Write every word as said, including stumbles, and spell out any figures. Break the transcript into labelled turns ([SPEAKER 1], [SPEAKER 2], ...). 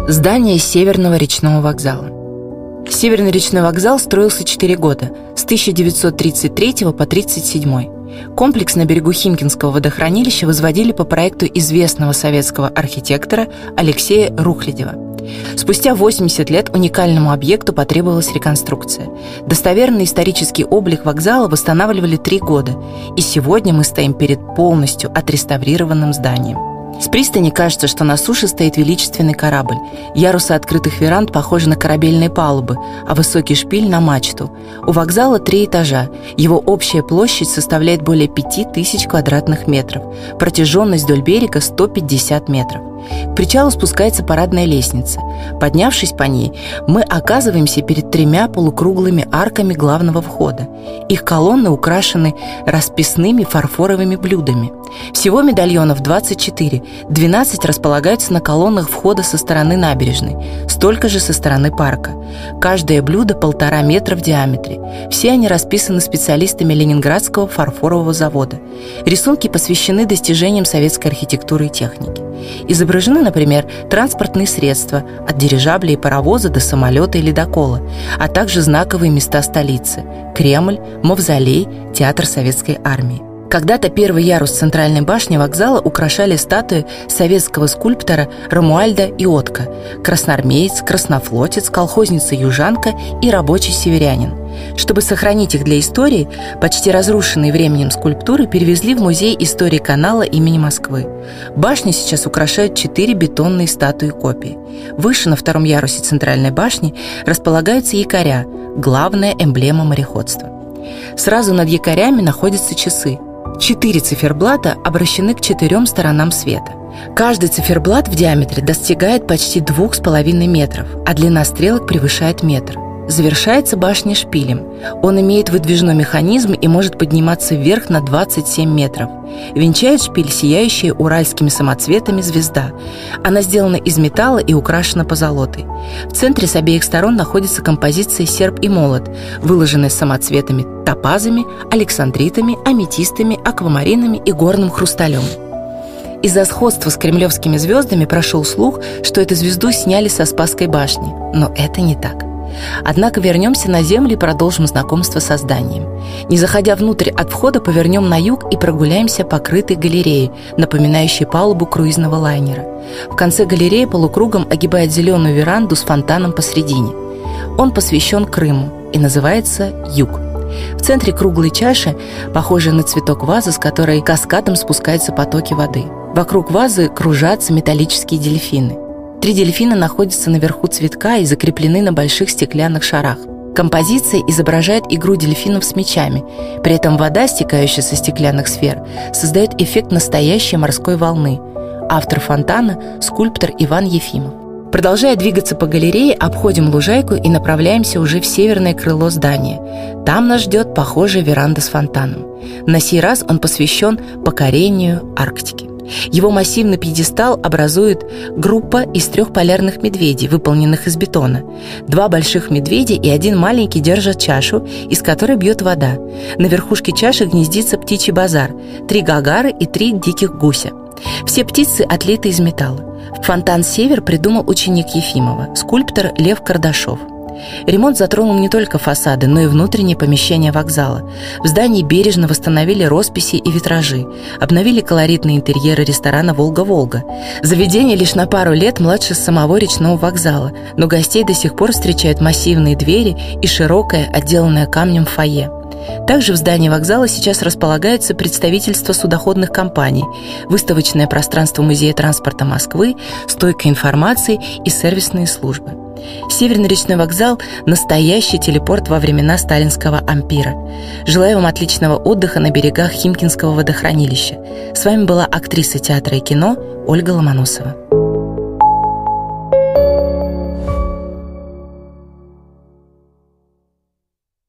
[SPEAKER 1] Здание Северного речного вокзала. Северный речной вокзал строился четыре года, с тысяча девятьсот тридцать третьего по тридцать седьмой. Комплекс на берегу Химкинского водохранилища возводили по проекту известного советского архитектора Алексея Рухлядева. Спустя восемьдесят лет уникальному объекту потребовалась реконструкция. Достоверный исторический облик вокзала восстанавливали три года, и сегодня мы стоим перед полностью отреставрированным зданием. С пристани кажется, что на суше стоит величественный корабль. Ярусы открытых веранд похожи на корабельные палубы, а высокий шпиль – на мачту. У вокзала три этажа. Его общая площадь составляет более пяти тысяч квадратных метров. Протяженность вдоль берега – сто пятьдесят метров. К причалу спускается парадная лестница. Поднявшись по ней, мы оказываемся перед тремя полукруглыми арками главного входа. Их колонны украшены расписными фарфоровыми блюдами. Всего медальонов двадцать четыре, двенадцать располагаются на колоннах входа со стороны набережной, столько же со стороны парка. Каждое блюдо полтора метра в диаметре. Все они расписаны специалистами Ленинградского фарфорового завода. Рисунки посвящены достижениям советской архитектуры и техники. Изображены, например, транспортные средства, от дирижабля и паровоза до самолета и ледокола, а также знаковые места столицы – Кремль, Мавзолей, Театр Советской Армии. Когда-то первый ярус центральной башни вокзала украшали статуи советского скульптора Ромуальда Иотко, красноармеец, краснофлотец, колхозница-южанка и рабочий северянин. Чтобы сохранить их для истории, почти разрушенные временем скульптуры перевезли в Музей истории канала имени Москвы. Башню сейчас украшают четыре бетонные статуи-копии. Выше, на втором ярусе центральной башни, располагаются якоря – главная эмблема мореходства. Сразу над якорями находятся часы. Четыре циферблата обращены к четырем сторонам света. Каждый циферблат в диаметре достигает почти двух с половиной метров, а длина стрелок превышает метр. Завершается башня шпилем. Он имеет выдвижной механизм и может подниматься вверх на двадцать семь метров. Венчает шпиль сияющая уральскими самоцветами звезда. Она сделана из металла и украшена позолотой. В центре с обеих сторон находится композиция «Серп и молот», выложенная самоцветами, топазами, александритами, аметистами, аквамаринами и горным хрусталем. Из-за сходства с кремлевскими звездами прошел слух, что эту звезду сняли со Спасской башни. Но это не так. Однако вернемся на землю и продолжим знакомство со зданием. Не заходя внутрь от входа, повернем на юг и прогуляемся по крытой галерее, напоминающей палубу круизного лайнера. В конце галереи полукругом огибает зеленую веранду с фонтаном посредине. Он посвящен Крыму и называется «Юг». В центре круглой чаши, похожей на цветок вазы, с которой каскадом спускаются потоки воды. Вокруг вазы кружатся металлические дельфины. Три дельфина находятся наверху цветка и закреплены на больших стеклянных шарах. Композиция изображает игру дельфинов с мячами. При этом вода, стекающая со стеклянных сфер, создает эффект настоящей морской волны. Автор фонтана – скульптор Иван Ефимов. Продолжая двигаться по галерее, обходим лужайку и направляемся уже в северное крыло здания. Там нас ждет похожая веранда с фонтаном. На сей раз он посвящен покорению Арктики. Его массивный пьедестал образует группа из трех полярных медведей, выполненных из бетона. Два больших медведя и один маленький держат чашу, из которой бьет вода. На верхушке чаши гнездится птичий базар, три гагары и три диких гуся. Все птицы отлиты из металла. Фонтан «Север» придумал ученик Ефимова, скульптор Лев Кардашов. Ремонт затронул не только фасады, но и внутренние помещения вокзала. В здании бережно восстановили росписи и витражи, обновили колоритные интерьеры ресторана «Волга-Волга». Заведение лишь на пару лет младше самого речного вокзала, но гостей до сих пор встречают массивные двери и широкое, отделанное камнем фойе. Также в здании вокзала сейчас располагается представительство судоходных компаний, выставочное пространство Музея транспорта Москвы, стойка информации и сервисные службы. Северный речной вокзал – настоящий телепорт во времена сталинского ампира. Желаю вам отличного отдыха на берегах Химкинского водохранилища. С вами была актриса театра и кино Ольга Ломоносова.